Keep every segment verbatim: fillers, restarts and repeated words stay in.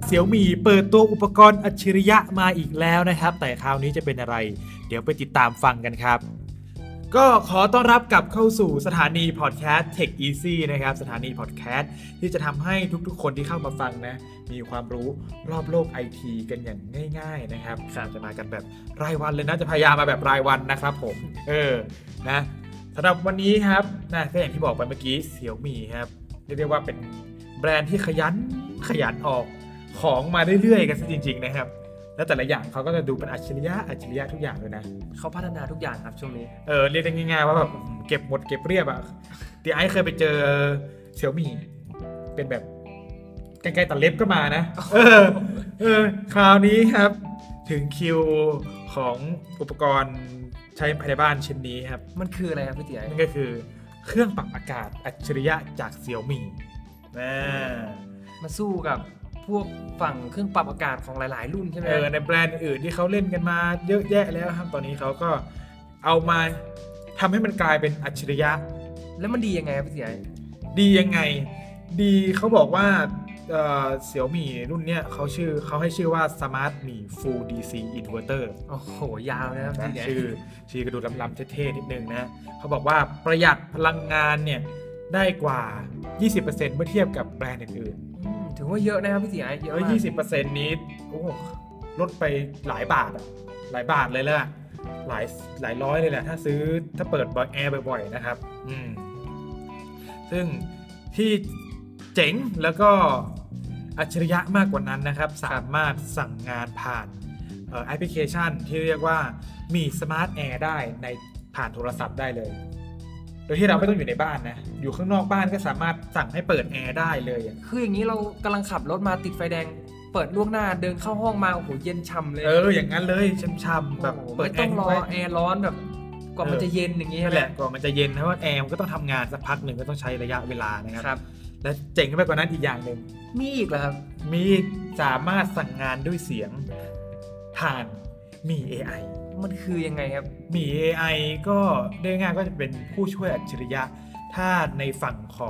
Xiaomi เปิดตัวอุปกรณ์อัจฉริยะมาอีกแล้วนะครับแต่คราวนี้จะเป็นอะไรเดี๋ยวไปติดตามฟังกันครับก็ขอต้อนรับกลับเข้าสู่สถานีพอดแคสต์ Tech Easy นะครับสถานีพอดแคสต์ที่จะทำให้ทุกๆคนที่เข้ามาฟังนะมีความรู้รอบโลก ไอ ที กันอย่างง่ายๆนะครับจะมากันแบบรายวันเลยนะจะพยายามมาแบบรายวันนะครับผมเออนะสำหรับวันนี้ครับนะก็อย่างที่บอกไปเมื่อกี้ Xiaomi ครับเรียกได้ว่าเป็นแบรนด์ที่ขยันขยันออกของมาเรื่อยๆกันซะจริงๆนะครับแล้วแต่ละอย่างเขาก็จะดูเป็นอัจฉริยะอัจฉริยะทุกอย่างเลยนะเขาพัฒนาทุกอย่างครับช่วงนี้เออเรียกได้ง่ายๆว่าแบบเก็บหมดเก็บเรียบอ่ะที่ไอ้เคยไปเจอ Xiaomi เป็นแบบใกล้ๆตัดเล็บก็มานะเออเออคราวนี้ครับถึงคิวของอุปกรณ์ใช้ภายในบ้านชิ้นนี้ครับมันคืออะไรครับพี่ติ๋วนั่นก็คือเครื่องปรับอากาศอัจฉริยะจาก Xiaomi นะมาสู้กับพวกฝั่งเครื่องปรับอากาศของหลายๆรุ่นใช่ไหมเออในแบรนด์อื่นที่เขาเล่นกันมาเยอะแยะแล้วครับตอนนี้เขาก็เอามาทำให้มันกลายเป็นอัจฉริยะแล้วมันดียังไงครับพี่ติ๋วดียังไงดีเขาบอกว่าเอ่อ Xiaomi รุ่นเนี้ยเขาชื่อเขาให้ชื่อว่า Smart Mi Full ดี ซี Inverter โอ้โหยาวนะครับชื่อชื่อกระดูลำๆเท่ๆนิดนึงนะเขาบอกว่าประหยัดพลังงานเนี่ยได้กว่า ยี่สิบเปอร์เซ็นต์ เมื่อเทียบกับแบรนด์อื่นๆถือว่าเยอะนะครับพี่ติ๋วเยอะมากยี่สิบเปอร์เซ็นต์ นี้โอ้ลดไปหลายบาทอ่ะหลายบาทเลยแหละหลายหลายร้อยเลยแหละถ้าซื้อถ้าเปิดบ่อยแอร์บ่อยๆนะครับอืมซึ่งที่เจ๋งแล้วก็อัจฉริยะมากกว่านั้นนะครับสามารถสั่งงานผ่านแอปพลิเคชันที่เรียกว่ามี Smart Air ได้ในผ่านโทรศัพท์ได้เลยโดยที่เราไม่ต้องอยู่ในบ้านนะอยู่ข้างนอกบ้านก็สามารถสั่งให้เปิดแอร์ได้เลยคืออย่างนี้เรากำลังขับรถมาติดไฟแดงเปิดล่วงหน้าเดินเข้าห้องมาโอ้โหเย็นฉ่ำเลยเอออย่างนั้นเลยช่ำๆแบบเปิดแอร์ไม่ต้องรอแอร์ร้อนแบบกว่ามันจะเย็นอย่างนี้แหละกว่ามันจะเย็นเพราะว่าแอร์มันก็ต้องทำงานสักพักหนึ่งก็ต้องใช้ระยะเวลานะครับและเจ๋งไปกว่านั้นอีกอย่างหนึ่งมีอีกเหรอครับมีสามารถสั่งงานด้วยเสียงผ่านมี เอ ไอมันคือยังไงครับมี เอ ไอ ก็ได้ง่ายก็จะเป็นผู้ช่วยอัจฉริยะถ้าในฝั่งของ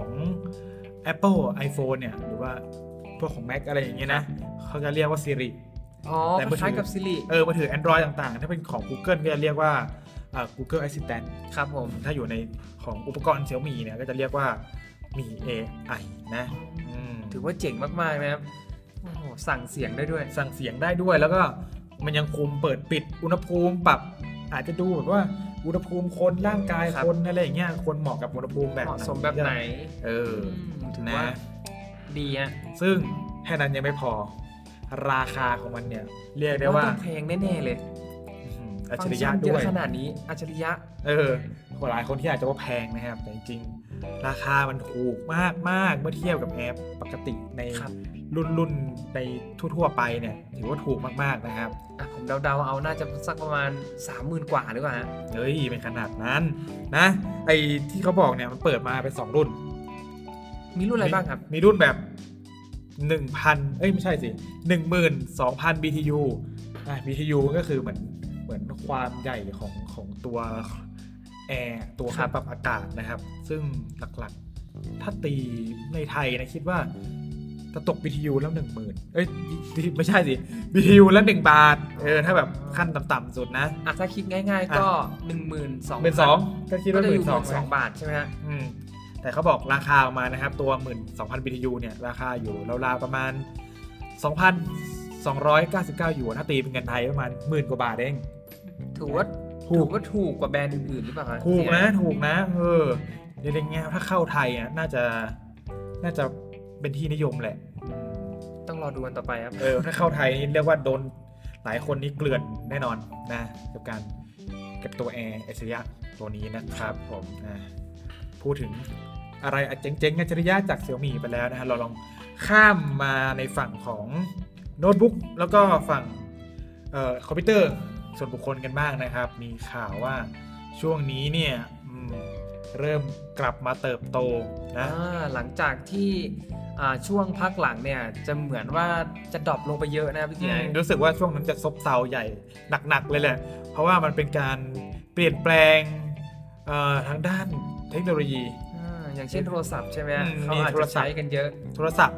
Apple iPhone เนี่ยหรือว่าพวกของ Mac อะไรอย่างเงี้ยนะเขาจะเรียกว่า Siri อ๋อแต่คล้ายกับ Siri เออมือถือ Android ต่างๆถ้าเป็นของ Google ก็จะเรียกว่า Google Assistant ครับผมถ้าอยู่ในของอุปกรณ์ Xiaomi เนี่ยก็จะเรียกว่ามี เอ ไอ นะถือว่าเจ๋งมากๆนะครับโอ้โหสั่งเสียงได้ด้วยสั่งเสียงได้ด้วยแล้วก็มันยังคุมเปิดปิดอุณหภูมิปรับอาจจะดูแบบว่าอุณหภูมิคนร่างกายคนอะไรอย่างเงี้ยคนเหมาะกับอุณหภูมิแบบเหมาะสมแบบไหนเออถือว่าดีฮะซึ่งแค่นั้นยังไม่พอราคาของมันเนี่ยเรียกได้ว่าต้องแพงแน่ๆเลยอัจฉริยะด้วยขนาดนี้อัจฉริยะเออหลายคนที่อาจจะว่าแพงนะครับแต่จริงๆราคามันถูกมากมากเมื่อเทียบกับแอปปกติในรุ่นรุ่นในทั่วๆไปเนี่ยถือว่าถูกมากๆนะครับผมเดาๆเอาน่าจะสักประมาณ สามหมื่น กว่าหรือเปล่าฮะเฮ้ยเป็นขนาดนั้นนะไอ้ที่เขาบอกเนี่ยมันเปิดมาเป็นสองรุ่นมีรุ่นอะไรบ้างครับมีรุ่นแบบ หนึ่งพัน เอ้ยไม่ใช่สิ หนึ่งหมื่นสองพัน บี ที ยู อ่ะ บี ที ยู ก็คือเหมือนเหมือนความใหญ่ของของตัวแอร์ตัวเครื่องปรับอากาศนะครับซึ่งหลักๆถ้าตีในไทยนะคิดว่าจะตก บี ที ยู แล้ว หนึ่งหมื่น เอ้ยไม่ใช่สิ บี ที ยู แล้วหนึ่งบาทเออถ้าแบบขั้นต่ำๆสุดนะอ่ะถ้าคิดง่ายๆก็ หนึ่งหมื่นสองพันหนึ่งหมื่นสองพัน ก็คิดว่าหนึ่งหมื่นสองพัน บาทใช่ไหมฮะอืมแต่เขาบอกราคาออกมานะครับตัว หนึ่งหมื่นสองพัน บี ที ยู เนี่ยราคาอยู่ราวๆประมาณ สองพันสองร้อยเก้าสิบเก้า หยวนถ้าตีเป็นเงินไทยประมาณหมื่นกว่าบาทเองถือว่าถูกก็ถูกกว่าแบรนด์อื่นๆหรือเปล่าถูกนะถูกนะเออเรียกง่ายๆถ้าเข้าไทยอ่ะน่าจะน่าจะเป็นที่นิยมแหละต้องรอดูกันต่อไปครับเออถ้าเข้าไทยนี่เรียกว่าโดนหลายคนนี่เกลื่อนแน่นอนนะกับการเก็บตัวแอร์อัจฉริยะตัวนี้นะครับผมนะพูดถึงอะไรเจ๋งๆอัจฉริยะจาก Xiaomi ไปแล้วนะฮะเราลองข้ามมาในฝั่งของโน้ตบุ๊กแล้วก็ฝั่งเอ่อคอมพิวเตอร์ส่วนบุคคลกันบ้างนะครับมีข่าวว่าช่วงนี้เนี่ยเริ่มกลับมาเติบโตนะหลังจากที่ช่วงพักหลังเนี่ยจะเหมือนว่าจะดรอปลงไปเยอะนะพี่ติ๋วรู้สึกว่าช่วงนั้นจะซบเซาใหญ่หนักๆเลยแหละเพราะว่ามันเป็นการเปลี่ยนแปลงทางด้านเทคโนโลยีอย่างเช่นโทรศัพท์ใช่ไหมเขาอาจจะใช้กันเยอะโทรศัพท์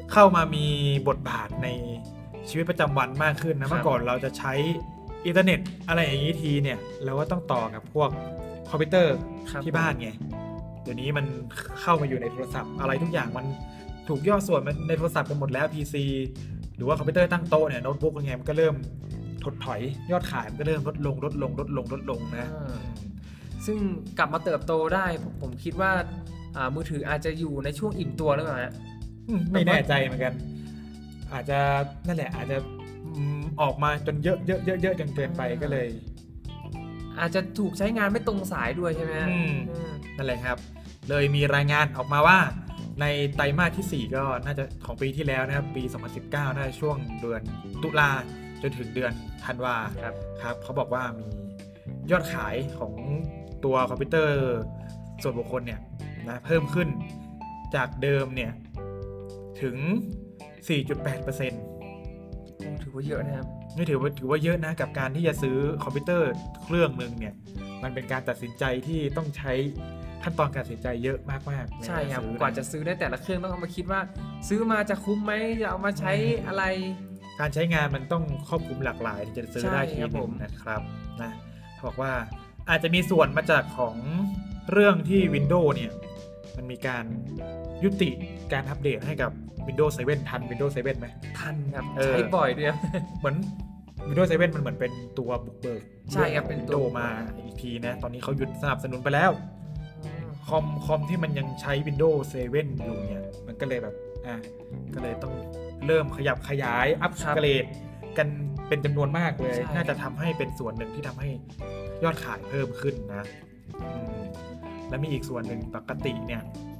เข้ามามีบทบาทในชีวิตประจำวันมากขึ้นนะเมื่อก่อนเราจะใช้อินเทอร์เน็ตอะไรอย่างนี้ทีเนี่ยเราก็ต้องต่อกับพวกคอมพิวเตอร์ที่บ้านไงเดี๋ยวนี้มันเข้ามาอยู่ในโทรศัพท์อะไรทุกอย่างมันถูกย่อส่วนมันในโทรศัพท์กันหมดแล้ว พี ซี หรือว่าคอมพิวเตอร์ตั้งโต๊ะเนี่ยโน้ตบุ๊กยังไงมันก็เริ่มถดถอยยอดขายมันก็เริ่มลดลงลดลงลดลงลดลงนะซึ่งกลับมาเติบโตได้ผมคิดว่ามือถืออาจจะอยู่ในช่วงอิ่มตัวหรือเปล่าฮะไม่แน่ใจเหมือนกันอาจจะนั่นแหละอาจจะออกมาจนเยอะเยอะเยอะเยอะจนเกินไปก็เลยอาจจะถูกใช้งานไม่ตรงสายด้วยใช่ไหมนั่นแหละครับเลยมีรายงานออกมาว่าในไตรมาสที่สี่ก็น่าจะของปีที่แล้วนะครับปีสองพันสิบเก้าน่าจะช่วงเดือนตุลาจนถึงเดือนธันวาครับครับเขาบอกว่ามียอดขายของตัวคอมพิวเตอร์ส่วนบุคคลเนี่ยนะเพิ่มขึ้นจากเดิมเนี่ยถึง สี่จุดแปดเปอร์เซ็นต์ถือว่าเยอะนะครับนี่ถือว่าถือว่าเยอะนะกับการที่จะซื้อคอมพิวเตอร์เครื่องนึงเนี่ยมันเป็นการตัดสินใจที่ต้องใช้ขั้นตอนการตัดสินใจเยอะมากๆใช่ครับกว่าจะซื้อได้แต่ละเครื่องต้องเอามาคิดว่าซื้อมาจะคุ้มไหมจะเอามาใช้อะไรการใช้งานมันต้องครอบคลุมหลากหลายที่จะซื้อได้ทีนึงนะครับนะบอกว่าอาจจะมีส่วนมาจากของเรื่องที่ Windows เนี่ยมันมีการยุติการอัปเดตให้กับ Windows เซเว่น ทัน Windows เซเว่น ไหมทันครับใช้บ่อยด้วยเหมือน Windows เซเว่น มันเหมือนเป็นตัวบุกเบิกใช่ครับเป็นตัวมาอีกทีนะตอนนี้เขาหยุดสนับสนุนไปแล้วคอมคอมที่มันยังใช้ Windows เซเว่น อยู่เนี่ยมันก็เลยแบบอ่ะก็เลยต้องเริ่มขยับขยายอัปเกรดกันเป็นจำนวนมากเลยน่าจะทำให้เป็นส่วนหนึ่งที่ทำให้ยอดขายเพิ่มขึ้นนะและมีอีกส่วนหนึ่งปกติเนี่ย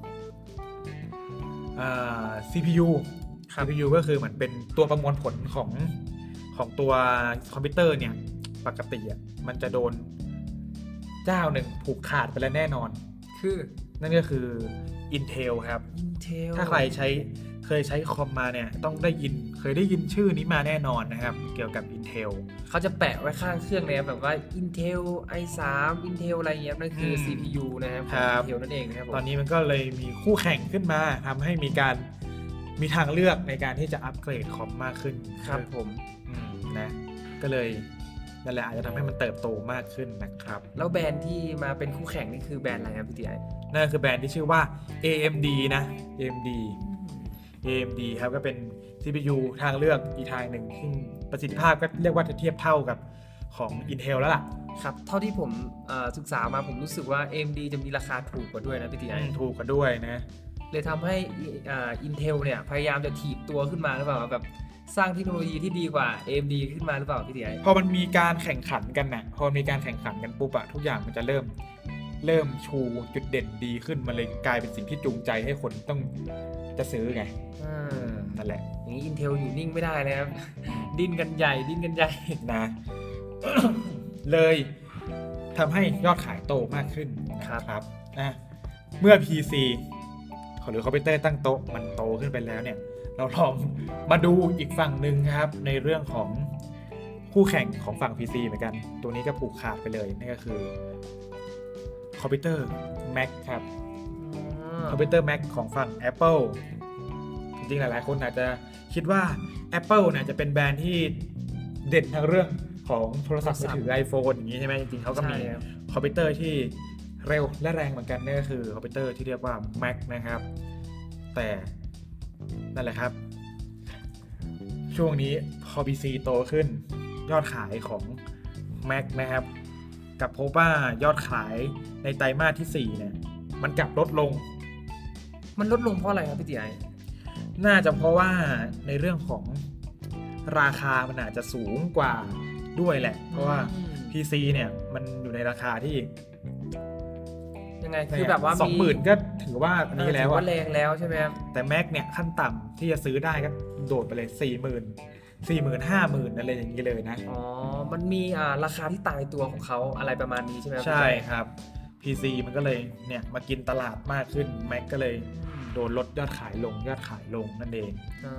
ซี พี ยู ซี พี ยู ก็คือเหมือนเป็นตัวประมวลผลของของตัวคอมพิวเตอร์เนี่ยปกติอ่ะมันจะโดนเจ้าหนึ่งผูกขาดไปแล้วแน่นอนคือนั่นก็คือ Intel ครับ Intel ถ้าใครใช้เคยใช้คอมมาเนี่ยต้องได้ยินเคยได้ยินชื่อนี้มาแน่นอนนะครับเกี่ยวกับ Intel เขาจะแปะไว้ข้างเครื่องเลยแบบว่า Intel ไอ ทรี Intel อะไรเงี้ยนั่นคือ ซี พี ยู นะครับของ Intel นั่นเองนะครับตอนนี้มันก็เลยมีคู่แข่งขึ้นมาทำให้มีการมีทางเลือกในการที่จะอัปเกรดคอมมากขึ้นครับผมนะก็เลยนั่นแหละอาจจะทำให้มันเติบโตมากขึ้นนะครับแล้วแบรนด์ที่มาเป็นคู่แข่งนี่คือแบรนด์อะไรครับพี่ตีไอนั่นคือแบรนด์ที่ชื่อว่า เอ เอ็ม ดี นะ เอ เอ็ม ดี เอ เอ็ม ดี ครับก็เป็น ซี พี ยู ทางเลือกอีกทางหนึ่งซึ่งประสิทธิภาพก็เรียกว่าเทียบเท่ากับของ Intel แล้วล่ะครับเท่าที่ผมศึกษามาผมรู้สึกว่า เอ เอ็ม ดี จะมีราคาถูกกว่าด้วยนะพี่ตีไอถูกกว่าด้วยนะเลยทำให้ Intel เนี่ยพยายามจะถีบตัวขึ้นมาหรือเปล่าแบบสร้างเทคโนโลยีที่ดีกว่า เอ เอ็ม ดี ขึ้นมาหรือเปล่าพี่ตีไอพอมันมีการแข่งขันกันนะพอมีการแข่งขันกันปุ๊บอะทุกอย่างมันจะเริ่มเริ่มชูจุดเด่นดีขึ้นมันเลยกลายเป็นสิ่งที่จูงใจให้คนต้องจะซื้อไงนั่นแหละอย่างนี้ Intel อยู่นิ่งไม่ได้นะครับดิ้นกันใหญ่ดิ้นกันใหญ่นะ เลยทำให้ยอดขายโตมากขึ้นครับนะเมื่อ พี ซี หรือคอมพิวเตอร์ตั้งโต๊ะมันโตขึ้นไปแล้วเนี่ยเราลองมาดูอีกฝั่งหนึ่งครับในเรื่องของคู่แข่งของฝั่ง พี ซี เหมือนกันตัวนี้ก็ผูกขาดไปเลยนั่นก็คือคอมพิวเตอร์ Mac ครับคอมพิวเตอร์ Mac ของฝั่ง Apple จริงๆหลายๆคนอาจจะคิดว่า Apple เนี่ยจะเป็นแบรนด์ที่เด่นทางเรื่องของโทรศัพท์มือถือ iPhone อย่างนี้ใช่ไหมจริงๆเขาก็มีคอมพิวเตอร์ที่เร็วและแรงเหมือนกันนั่นก็คือคอมพิวเตอร์ที่เรียกว่า Mac นะครับแต่นั่นแหละครับช่วงนี้พอ พี ซี โตขึ้นยอดขายของ Mac นะครับกับพบว่ายอดขายในไตรมาสที่สี่เนี่ยมันกลับลดลงมันลดลงเพราะอะไรครับพี่ตีไอน่าจะเพราะว่าในเรื่องของราคามันอาจจะสูงกว่าด้วยแหละเพราะว่า พี ซี เนี่ยมันอยู่ในราคาที่ยังไงคือแบบว่าสองหมื่น ก็ถือว่านี้แล้วว่าแรงแล้วใช่ไหมครับแต่ Mac เนี่ยขั้นต่ำที่จะซื้อได้ก็โดดไปเลย สี่หมื่น สี่หมื่น ห้าหมื่น อะไรอย่างนี้เลยนะอ๋อมันมีอ่าราคาที่ตายตัวของเขาอะไรประมาณนี้ใช่ไหมใช่ครับ พี ซี มันก็เลยเนี่ยมากินตลาดมากขึ้น Mac ก็เลยโดนลดยอดขายลงยอดขายลงนั่นเอง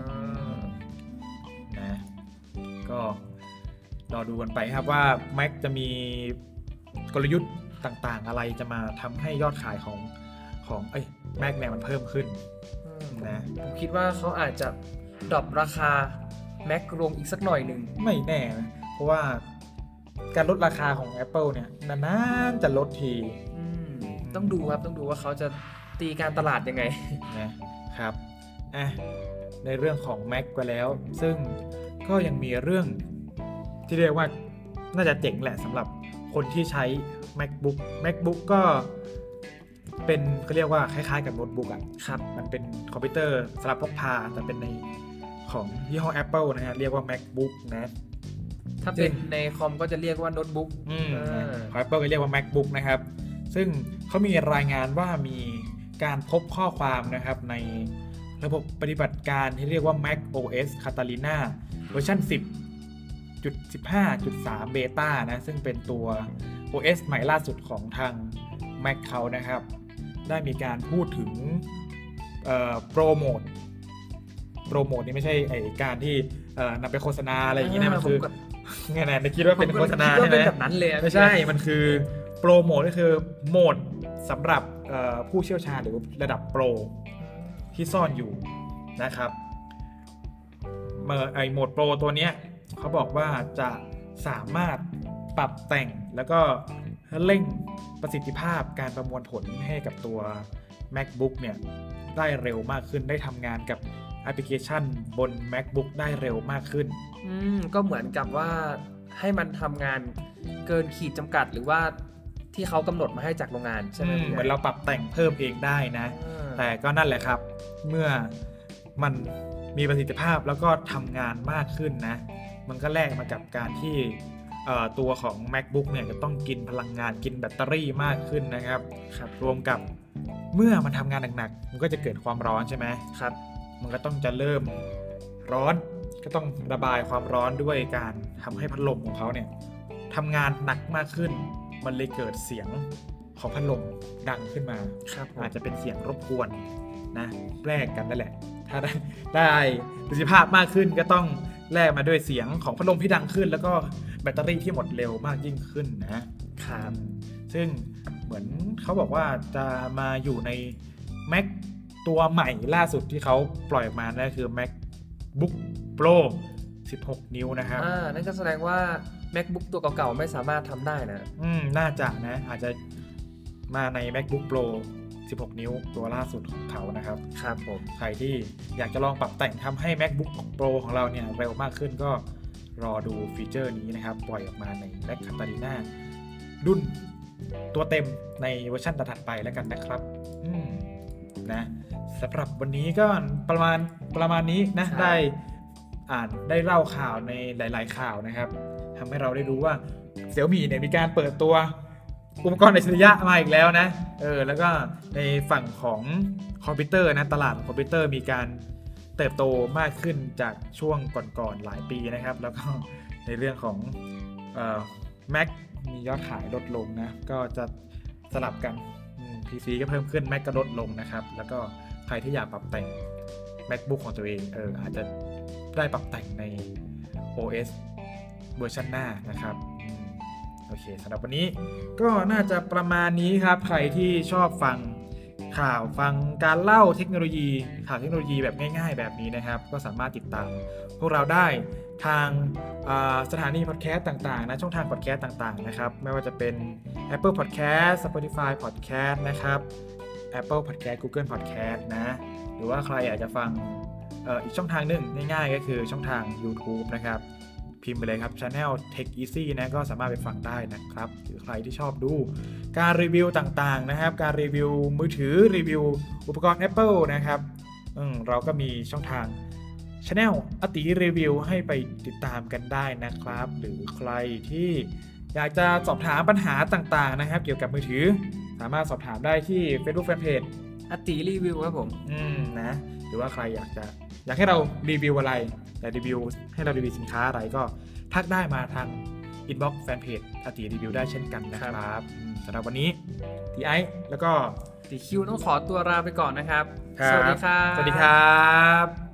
นะก็รอดูกันไปครับว่า Mac จะมีกลยุทธ์ต่างๆอะไรจะมาทำให้ยอดขายของของเอ้ย Mac เนี่ยมันเพิ่มขึ้นนะผมคิดว่าเขาอาจจะดรอปราคา Mac ลงอีกสักหน่อยหนึ่งไม่แน่นะเพราะว่าการลดราคาของ Apple เนี่ยนานๆจะลดทีต้องดูครับต้องดูว่าเขาจะตีการตลาดยังไงนะครับอ่ะในเรื่องของ Mac ไปแล้วซึ่งก็ยังมีเรื่องที่เรียกว่าน่าจะเจ๋งแหละสำหรับคนที่ใช้ MacBook MacBook ก็เป็นเขาเรียกว่าคล้ายๆกับโน้ตบุ๊กอ่ะครับมันเป็นคอมพิวเตอร์สำหรับพกพาแต่เป็นในของยี่ห้อ Apple นะฮะเรียกว่า MacBook นะถ้าเป็นในคอมก็จะเรียกว่าโน้ตบุ๊กของ Apple ก็เรียกว่า MacBook นะครับซึ่งเขามีรายงานว่ามีการพบข้อความนะครับในระบบปฏิบัติการที่เรียกว่า Mac โอ เอส Catalina เวอร์ชัน สิบจุดสิบห้าจุดสาม เบต้า นะซึ่งเป็นตัว โอ เอส ใหม่ล่าสุดของทาง Mac เขานะครับได้มีการพูดถึงโปรโมทโปรโมทนี่ไม่ใช่ไอการที่นำไปโฆษณาอะไรอย่างนี้นะมันคือไงนะไม่คิดว่าเป็นโฆษณาใช่ไหมแบบนั้นเลยไม่ใช่มันคือโปรโมทก็คือโหมดสำหรับผู้เชี่ยวชาญหรือระดับโปรที่ซ่อนอยู่นะครับเมื่อไอโหมดโปรตัวนี้เขาบอกว่าจะสามารถปรับแต่งแล้วก็เร่งประสิทธิภาพการประมวลผลให้กับตัว MacBook เนี่ยได้เร็วมากขึ้นได้ทำงานกับแอปพลิเคชันบน MacBook ได้เร็วมากขึ้นอืมก็เหมือนกับว่าให้มันทำงานเกินขีดจำกัดหรือว่าที่เขากำหนดมาให้จากโรงงานใช่ไหมเหมือนเราปรับแต่งเพิ่มเองได้นะแต่ก็นั่นแหละครับเมื่อมันมีประสิทธิภาพแล้วก็ทำงานมากขึ้นนะมันก็แลกมากับการที่ตัวของ MacBook เนี่ยจะต้องกินพลังงานกินแบตเตอรี่มากขึ้นนะครับครับรวมกับเมื่อมันทำงานหนักๆมันก็จะเกิดความร้อนใช่ไหมครับมันก็ต้องจะเริ่มร้อนก็ต้องระบายความร้อนด้วยการทำให้พัดลมของเขาเนี่ยทำงานหนักมากขึ้นมันเลยเกิดเสียงของพัดลมดังขึ้นมาอาจจะเป็นเสียงรบกวนนะแลกกันนั่นแหละถ้าได้ได้ประสิทธิภาพมากขึ้นก็ต้องแลกมาด้วยเสียงของพัดลมที่ดังขึ้นแล้วก็แบตเตอรี่ที่หมดเร็วมากยิ่งขึ้นนะครับซึ่งเหมือนเขาบอกว่าจะมาอยู่ใน Mac ตัวใหม่ล่าสุดที่เขาปล่อยออกมานั่นคือ MacBook Pro สิบหก นิ้วนะครับอ่านั่นก็แสดงว่า MacBook ตัวเก่าๆไม่สามารถทำได้นะอืมน่าจะนะอาจจะมาใน MacBook Pro สิบหก นิ้วตัวล่าสุดของเขานะครับครับผมใครที่อยากจะลองปรับแต่งทำให้ MacBook Pro ของเราเนี่ยเร็วมากขึ้นก็รอดูฟีเจอร์นี้นะครับปล่อยออกมาใน Mac Catalina รุ่นตัวเต็มในเวอร์ชันถัดไปแล้วกันนะครับอืมนะสำหรับวันนี้ก็ประมาณประมาณนี้นะได้อ่านได้เล่าข่าวในหลายๆข่าวนะครับทำให้เราได้รู้ว่า Xiaomi เนี่ยมีการเปิดตัวอุปกรณ์อัจฉริยะมาอีกแล้วนะเออแล้วก็ในฝั่งของคอมพิวเตอร์นะตลาดคอมพิวเตอร์มีการเติบโตมากขึ้นจากช่วงก่อนๆหลายปีนะครับแล้วก็ในเรื่องของเอ่อ Mac มียอดขายลดลงนะก็จะสลับกัน พี ซี ก็เพิ่มขึ้น Mac ก็ลดลงนะครับแล้วก็ใครที่อยากปรับแต่ง MacBook ของตัวเองเอออาจจะได้ปรับแต่งใน โอ เอส เวอร์ชันหน้านะครับโอเคสำหรับวันนี้ก็น่าจะประมาณนี้ครับใครที่ชอบฟังข่าวฟังการเล่าเทคโนโลยีข่าวเทคโนโลยีแบบง่ายๆแบบนี้นะครับก็สามารถติดตามพวกเราได้ทางสถานีพอดแคสต์ต่างๆนะช่องทางพอดแคสต์ต่างๆนะครับไม่ว่าจะเป็น Apple Podcast Spotify Podcast นะครับ Apple Podcast Google Podcast นะหรือว่าใครอยากจะฟัง อ, อีกช่องทางหนึ่งง่ายๆก็คือช่องทาง YouTube นะครับพิมพ์ไปเลยครับ Channel Tech Easy นะก็สามารถไปฟังได้นะครับหรือใครที่ชอบดูการรีวิวต่างๆนะครับการรีวิวมือถือรีวิวอุปกรณ์ Apple นะครับเราก็มีช่องทาง Channel อติรีวิวให้ไปติดตามกันได้นะครับหรือใครที่อยากจะสอบถามปัญหาต่างๆนะครับเกี่ยวกับมือถือสามารถสอบถามได้ที่ Facebook Fanpage อติรีวิวครับผมอืมนะหรือว่าใครอยากจะอยากให้เรารีวิวอะไรแต่รีวิวให้เรารีวิวสินค้าอะไรก็ทักได้มาทาง Inbox Fanpage อติรีวิวได้เช่นกันนะครับสำหรับวันนี้ทีไอแล้วก็ติคิวต้องขอตัวลาไปก่อนนะครับสวัสดีครับสวัสดีครับ